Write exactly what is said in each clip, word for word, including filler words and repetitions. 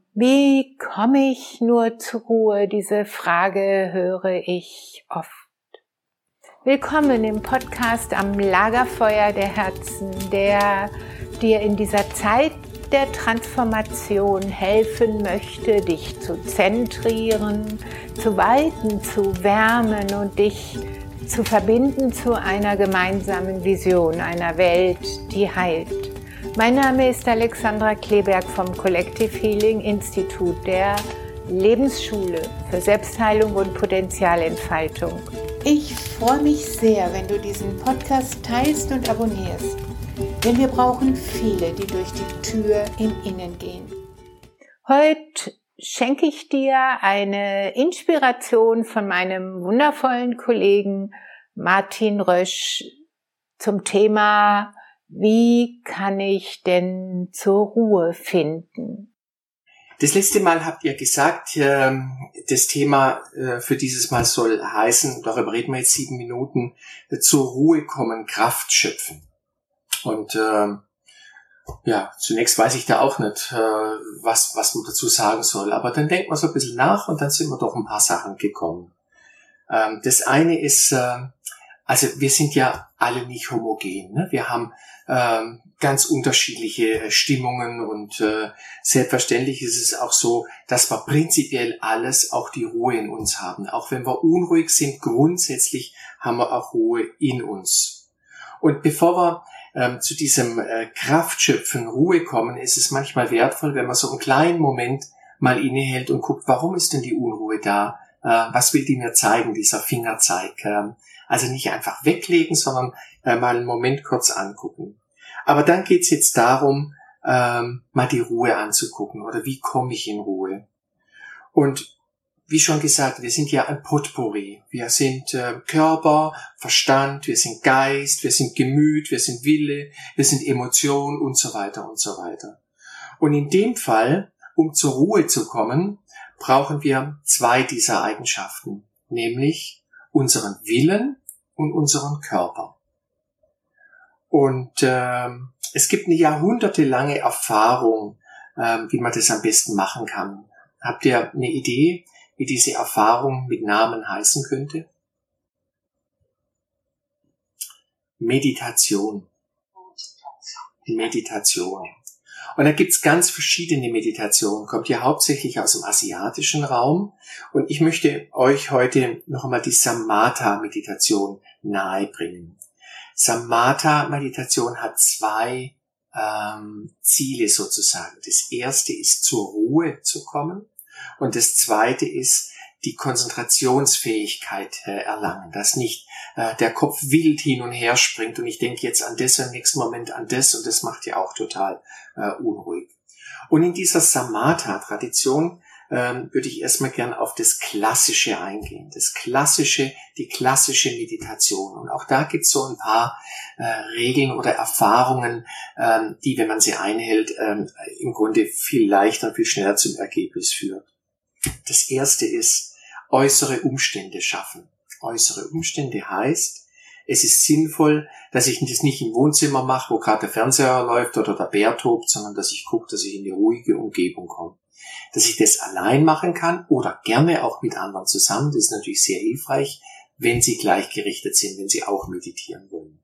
Wie komme ich nur zur Ruhe? Diese Frage höre ich oft. Willkommen im Podcast am Lagerfeuer der Herzen, der dir in dieser Zeit der Transformation helfen möchte, dich zu zentrieren, zu weiten, zu wärmen und dich zu verbinden zu einer gemeinsamen Vision, einer Welt, die heilt. Mein Name ist Alexandra Kleberg vom Collective Healing Institut, der Lebensschule für Selbstheilung und Potenzialentfaltung. Ich freue mich sehr, wenn du diesen Podcast teilst und abonnierst, denn wir brauchen viele, die durch die Tür im Innen gehen. Heute schenke ich dir eine Inspiration von meinem wundervollen Kollegen Martin Rösch zum Thema: Wie kann ich denn zur Ruhe finden? Das letzte Mal habt ihr gesagt, das Thema für dieses Mal soll heißen, darüber reden wir jetzt sieben Minuten, zur Ruhe kommen, Kraft schöpfen. Und ja, zunächst weiß ich da auch nicht, was, was man dazu sagen soll. Aber dann denkt man so ein bisschen nach und dann sind wir doch ein paar Sachen gekommen. Das eine ist, also wir sind ja alle nicht homogen, ne? Wir haben ähm, ganz unterschiedliche Stimmungen und äh, selbstverständlich ist es auch so, dass wir prinzipiell alles, auch die Ruhe in uns haben. Auch wenn wir unruhig sind, grundsätzlich haben wir auch Ruhe in uns. Und bevor wir ähm, zu diesem äh, Kraftschöpfen, Ruhe kommen, ist es manchmal wertvoll, wenn man so einen kleinen Moment mal innehält und guckt, warum ist denn die Unruhe da? Äh, was will die mir zeigen, dieser Fingerzeig? Ähm, Also nicht einfach weglegen, sondern äh, mal einen Moment kurz angucken. Aber dann geht's jetzt darum, ähm, mal die Ruhe anzugucken oder wie komme ich in Ruhe. Und wie schon gesagt, wir sind ja ein Potpourri. Wir sind äh, Körper, Verstand, wir sind Geist, wir sind Gemüt, wir sind Wille, wir sind Emotion und so weiter und so weiter. Und in dem Fall, um zur Ruhe zu kommen, brauchen wir zwei dieser Eigenschaften, nämlich unseren Willen und unseren Körper. Und ähm, es gibt eine jahrhundertelange Erfahrung, ähm, wie man das am besten machen kann. Habt ihr eine Idee, wie diese Erfahrung mit Namen heißen könnte? Meditation. Meditation. Und da gibt's ganz verschiedene Meditationen, kommt ja hauptsächlich aus dem asiatischen Raum. Und ich möchte euch heute noch einmal die Samatha-Meditation nahebringen. Samatha-Meditation hat zwei ähm, Ziele sozusagen. Das erste ist, zur Ruhe zu kommen. Und das zweite ist, die Konzentrationsfähigkeit äh, erlangen, dass nicht äh, der Kopf wild hin und her springt und ich denke jetzt an das und im nächsten Moment an das und das macht ja auch total äh, unruhig. Und in dieser Samatha-Tradition ähm, würde ich erstmal gern auf das Klassische eingehen, das Klassische, die klassische Meditation. Und auch da gibt es so ein paar äh, Regeln oder Erfahrungen, ähm, die, wenn man sie einhält, ähm, im Grunde viel leichter, viel schneller zum Ergebnis führt. Das erste ist, äußere Umstände schaffen. Äußere Umstände heißt, es ist sinnvoll, dass ich das nicht im Wohnzimmer mache, wo gerade der Fernseher läuft oder der Bär tobt, sondern dass ich gucke, dass ich in die ruhige Umgebung komme. Dass ich das allein machen kann oder gerne auch mit anderen zusammen. Das ist natürlich sehr hilfreich, wenn Sie gleichgerichtet sind, wenn Sie auch meditieren wollen.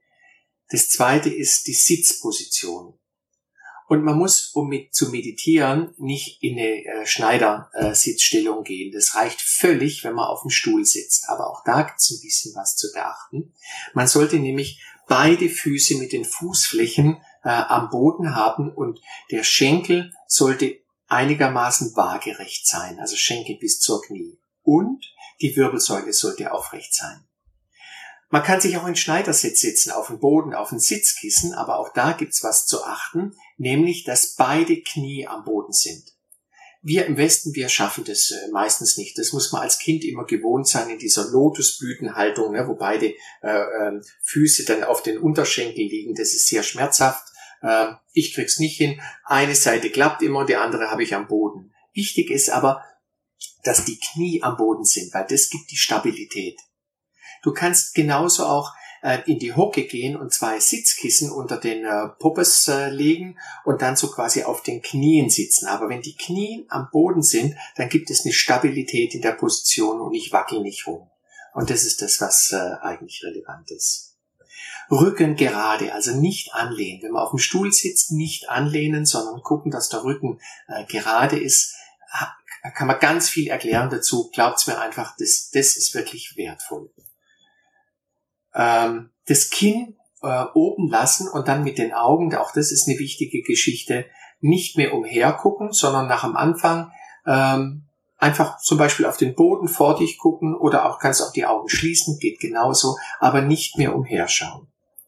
Das zweite ist die Sitzposition. Und man muss, um mit zu meditieren, nicht in eine äh, Schneidersitzstellung äh, gehen. Das reicht völlig, wenn man auf dem Stuhl sitzt. Aber auch da gibt es ein bisschen was zu beachten. Man sollte nämlich beide Füße mit den Fußflächen äh, am Boden haben und der Schenkel sollte einigermaßen waagerecht sein, also Schenkel bis zur Knie. Und die Wirbelsäule sollte aufrecht sein. Man kann sich auch in Schneidersitz sitzen, auf dem Boden, auf dem Sitzkissen, aber auch da gibt's was zu achten, nämlich, dass beide Knie am Boden sind. Wir im Westen, wir schaffen das äh, meistens nicht. Das muss man als Kind immer gewohnt sein, in dieser Lotusblütenhaltung, ne, wo beide äh, äh, Füße dann auf den Unterschenkel liegen. Das ist sehr schmerzhaft. Äh, ich krieg's nicht hin. Eine Seite klappt immer und die andere habe ich am Boden. Wichtig ist aber, dass die Knie am Boden sind, weil das gibt die Stabilität. Du kannst genauso auch äh, in die Hocke gehen und zwei Sitzkissen unter den äh, Poppes äh, legen und dann so quasi auf den Knien sitzen. Aber wenn die Knie am Boden sind, dann gibt es eine Stabilität in der Position und ich wackel nicht rum. Und das ist das, was äh, eigentlich relevant ist. Rücken gerade, also nicht anlehnen. Wenn man auf dem Stuhl sitzt, nicht anlehnen, sondern gucken, dass der Rücken äh, gerade ist. Da kann man ganz viel erklären dazu. Glaubt's mir einfach, das, das ist wirklich wertvoll. Ähm, das Kinn äh, oben lassen und dann mit den Augen, auch das ist eine wichtige Geschichte, nicht mehr umhergucken, sondern nach dem Anfang ähm, einfach zum Beispiel auf den Boden vor dich gucken oder auch kannst auch die Augen schließen, geht genauso, aber nicht mehr umherschauen.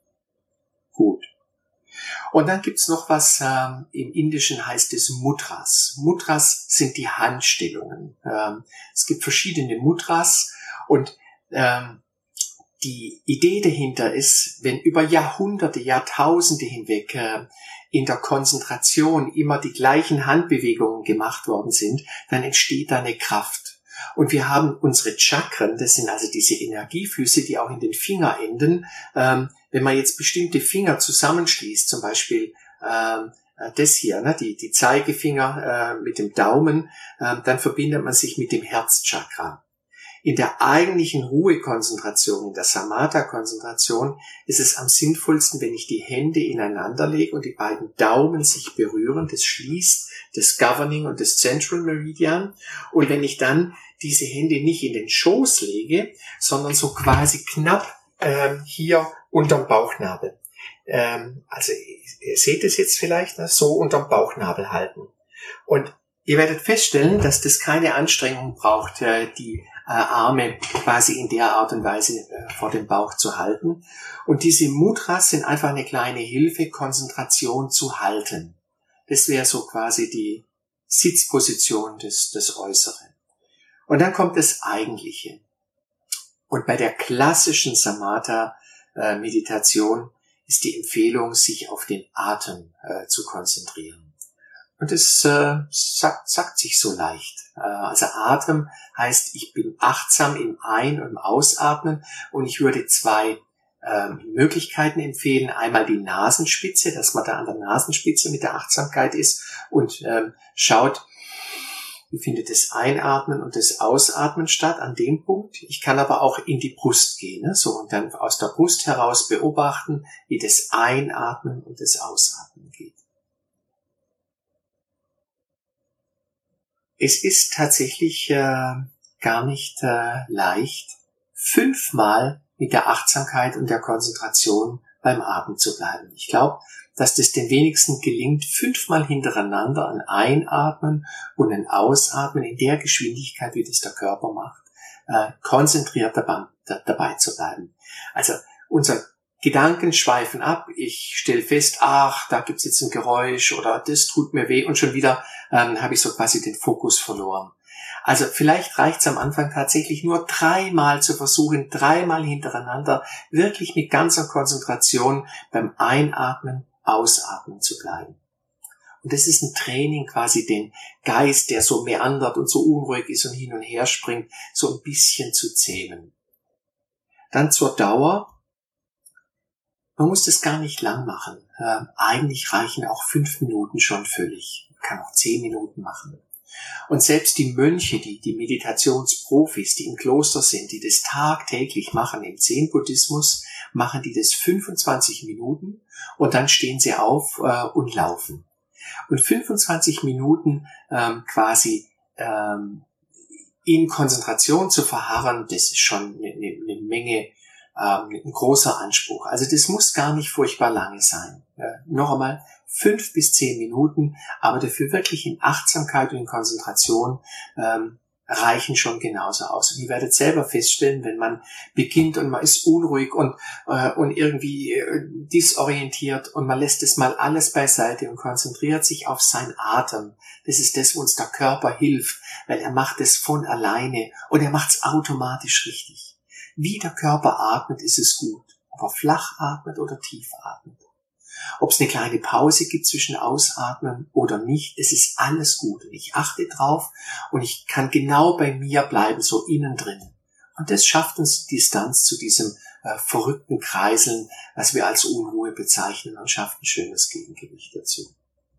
Gut. Und dann gibt's noch was, ähm, im Indischen heißt es Mudras. Mudras sind die Handstellungen. Ähm, es gibt verschiedene Mudras und ähm, die Idee dahinter ist, wenn über Jahrhunderte, Jahrtausende hinweg äh, in der Konzentration immer die gleichen Handbewegungen gemacht worden sind, dann entsteht da eine Kraft. Und wir haben unsere Chakren, das sind also diese Energieflüsse, die auch in den Finger enden. Ähm, wenn man jetzt bestimmte Finger zusammenschließt, zum Beispiel ähm, das hier, ne, die, die Zeigefinger äh, mit dem Daumen, äh, dann verbindet man sich mit dem Herzchakra. In der eigentlichen Ruhekonzentration, in der Samatha-Konzentration, ist es am sinnvollsten, wenn ich die Hände ineinander lege und die beiden Daumen sich berühren. Das schließt das Governing und das Central Meridian. Und wenn ich dann diese Hände nicht in den Schoß lege, sondern so quasi knapp ähm, hier unterm Bauchnabel. Ähm, also ihr seht es jetzt vielleicht, ne, so unterm Bauchnabel halten. Und ihr werdet feststellen, dass das keine Anstrengung braucht, äh, die äh, Arme quasi in der Art und Weise äh, vor dem Bauch zu halten. Und diese Mudras sind einfach eine kleine Hilfe, Konzentration zu halten. Das wäre so quasi die Sitzposition des, des Äußeren. Und dann kommt das Eigentliche. Und bei der klassischen Samatha-Meditation ist die Empfehlung, sich auf den Atem äh, zu konzentrieren. Und es äh, sagt, sagt sich so leicht. Äh, also Atem heißt, ich bin achtsam im Ein- und im Ausatmen und ich würde zwei äh, Möglichkeiten empfehlen. Einmal die Nasenspitze, dass man da an der Nasenspitze mit der Achtsamkeit ist und äh, schaut, wie findet das Einatmen und das Ausatmen statt an dem Punkt. Ich kann aber auch in die Brust gehen, ne? So, und dann aus der Brust heraus beobachten, wie das Einatmen und das Ausatmen geht. Es ist tatsächlich äh, gar nicht äh, leicht, fünfmal mit der Achtsamkeit und der Konzentration beim Atmen zu bleiben. Ich glaube, dass das den wenigsten gelingt, fünfmal hintereinander ein Einatmen und ein Ausatmen in der Geschwindigkeit, wie das der Körper macht, äh, konzentriert dabei, da, dabei zu bleiben. Also unser Gedanken schweifen ab. Ich stelle fest, ach, da gibt's jetzt ein Geräusch oder das tut mir weh und schon wieder ähm, habe ich so quasi den Fokus verloren. Also vielleicht reicht's am Anfang tatsächlich nur dreimal zu versuchen, dreimal hintereinander wirklich mit ganzer Konzentration beim Einatmen, Ausatmen zu bleiben. Und das ist ein Training, quasi den Geist, der so meandert und so unruhig ist und hin und her springt, so ein bisschen zu zähmen. Dann zur Dauer. Man muss das gar nicht lang machen. Ähm, eigentlich reichen auch fünf Minuten schon völlig. Man kann auch zehn Minuten machen. Und selbst die Mönche, die, die Meditationsprofis, die im Kloster sind, die das tagtäglich machen, im Zen-Buddhismus, machen die das fünfundzwanzig Minuten und dann stehen sie auf äh, und laufen. Und fünfundzwanzig Minuten ähm, quasi ähm, in Konzentration zu verharren, das ist schon eine, eine Menge, ähm, ein großer Anspruch. Also das muss gar nicht furchtbar lange sein. Äh, noch einmal, fünf bis zehn Minuten, aber dafür wirklich in Achtsamkeit und in Konzentration ähm, reichen schon genauso aus. Und ihr werdet selber feststellen, wenn man beginnt und man ist unruhig und äh, und irgendwie äh, disorientiert und man lässt es mal alles beiseite und konzentriert sich auf seinen Atem. Das ist das, wo uns der Körper hilft, weil er macht es von alleine und er macht es automatisch richtig. Wie der Körper atmet, ist es gut. Ob er flach atmet oder tief atmet. Ob es eine kleine Pause gibt zwischen Ausatmen oder nicht, es ist alles gut. Und ich achte drauf und ich kann genau bei mir bleiben, so innen drin. Und das schafft uns Distanz zu diesem äh, verrückten Kreiseln, was wir als Unruhe bezeichnen, und schafft ein schönes Gegengewicht dazu.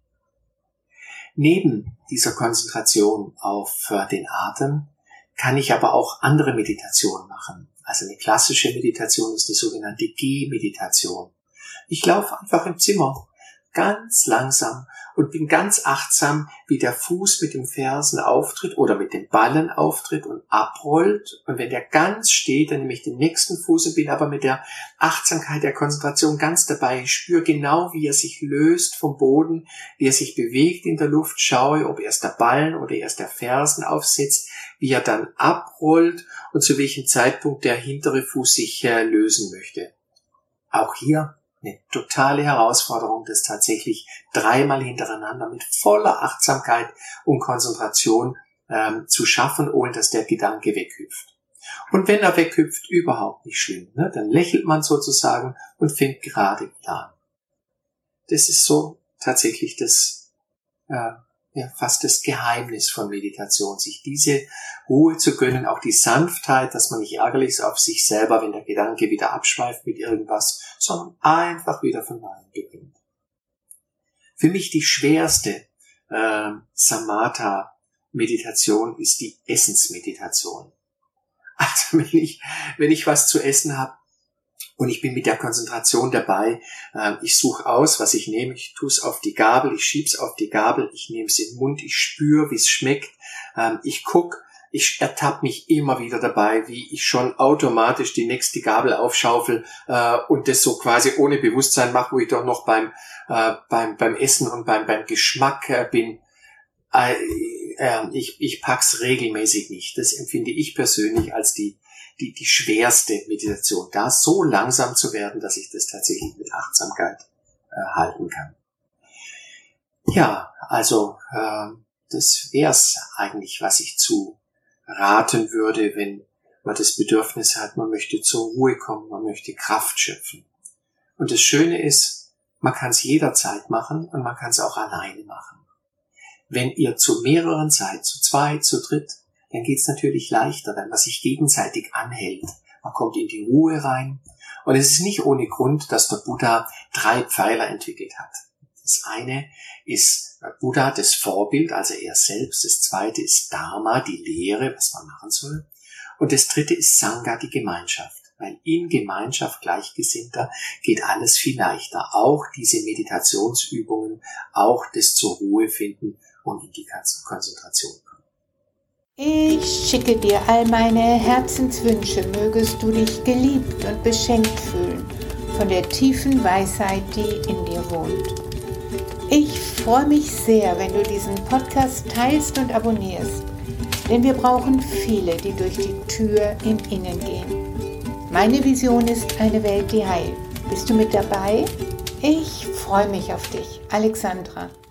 Neben dieser Konzentration auf äh, den Atem kann ich aber auch andere Meditationen machen. Also eine klassische Meditation ist die sogenannte Gehmeditation. Ich laufe einfach im Zimmer ganz langsam und bin ganz achtsam, wie der Fuß mit dem Fersen auftritt oder mit den Ballen auftritt und abrollt. Und wenn der ganz steht, dann nehme ich den nächsten Fuß und bin aber mit der Achtsamkeit, der Konzentration ganz dabei. Ich spüre genau, wie er sich löst vom Boden, wie er sich bewegt in der Luft, schaue, ob erst der Ballen oder erst der Fersen aufsetzt, wie er dann abrollt und zu welchem Zeitpunkt der hintere Fuß sich äh, lösen möchte. Auch hier eine totale Herausforderung, das tatsächlich dreimal hintereinander mit voller Achtsamkeit und Konzentration ähm, zu schaffen, ohne dass der Gedanke weghüpft. Und wenn er weghüpft, überhaupt nicht schlimm, ne? Dann lächelt man sozusagen und fängt gerade wieder an. Das ist so tatsächlich das, äh, ja, fast das Geheimnis von Meditation, sich diese Ruhe zu gönnen, auch die Sanftheit, dass man nicht ärgerlich ist auf sich selber, wenn der Gedanke wieder abschweift mit irgendwas, sondern einfach wieder von neuem beginnt. Für mich die schwerste äh, Samatha-Meditation ist die Essensmeditation. Also wenn ich, wenn ich was zu essen habe, und ich bin mit der Konzentration dabei. Ich suche aus, was ich nehme. Ich tue es auf die Gabel, ich schieb's auf die Gabel, ich nehme es in den Mund, ich spüre, wie es schmeckt. Ich gucke, ich ertappe mich immer wieder dabei, wie ich schon automatisch die nächste Gabel aufschaufel und das so quasi ohne Bewusstsein mache, wo ich doch noch beim beim beim Essen und beim beim Geschmack bin. Ich ich pack's regelmäßig nicht. Das empfinde ich persönlich als die Die, die schwerste Meditation, da so langsam zu werden, dass ich das tatsächlich mit Achtsamkeit äh, halten kann. Ja, also äh, das wär's eigentlich, was ich zu raten würde, wenn man das Bedürfnis hat, man möchte zur Ruhe kommen, man möchte Kraft schöpfen. Und das Schöne ist, man kann es jederzeit machen und man kann es auch alleine machen. Wenn ihr zu mehreren seid, zu zweit, zu dritt, dann geht's natürlich leichter, wenn man sich gegenseitig anhält. Man kommt in die Ruhe rein. Und es ist nicht ohne Grund, dass der Buddha drei Pfeiler entwickelt hat. Das eine ist Buddha, das Vorbild, also er selbst. Das zweite ist Dharma, die Lehre, was man machen soll. Und das dritte ist Sangha, die Gemeinschaft. Weil in Gemeinschaft Gleichgesinnter geht alles viel leichter. Auch diese Meditationsübungen, auch das zur Ruhe finden und in die Konzentration kommen. Ich schicke dir all meine Herzenswünsche, mögest du dich geliebt und beschenkt fühlen von der tiefen Weisheit, die in dir wohnt. Ich freue mich sehr, wenn du diesen Podcast teilst und abonnierst, denn wir brauchen viele, die durch die Tür im Innen gehen. Meine Vision ist eine Welt, die heilt. Bist du mit dabei? Ich freue mich auf dich, Alexandra.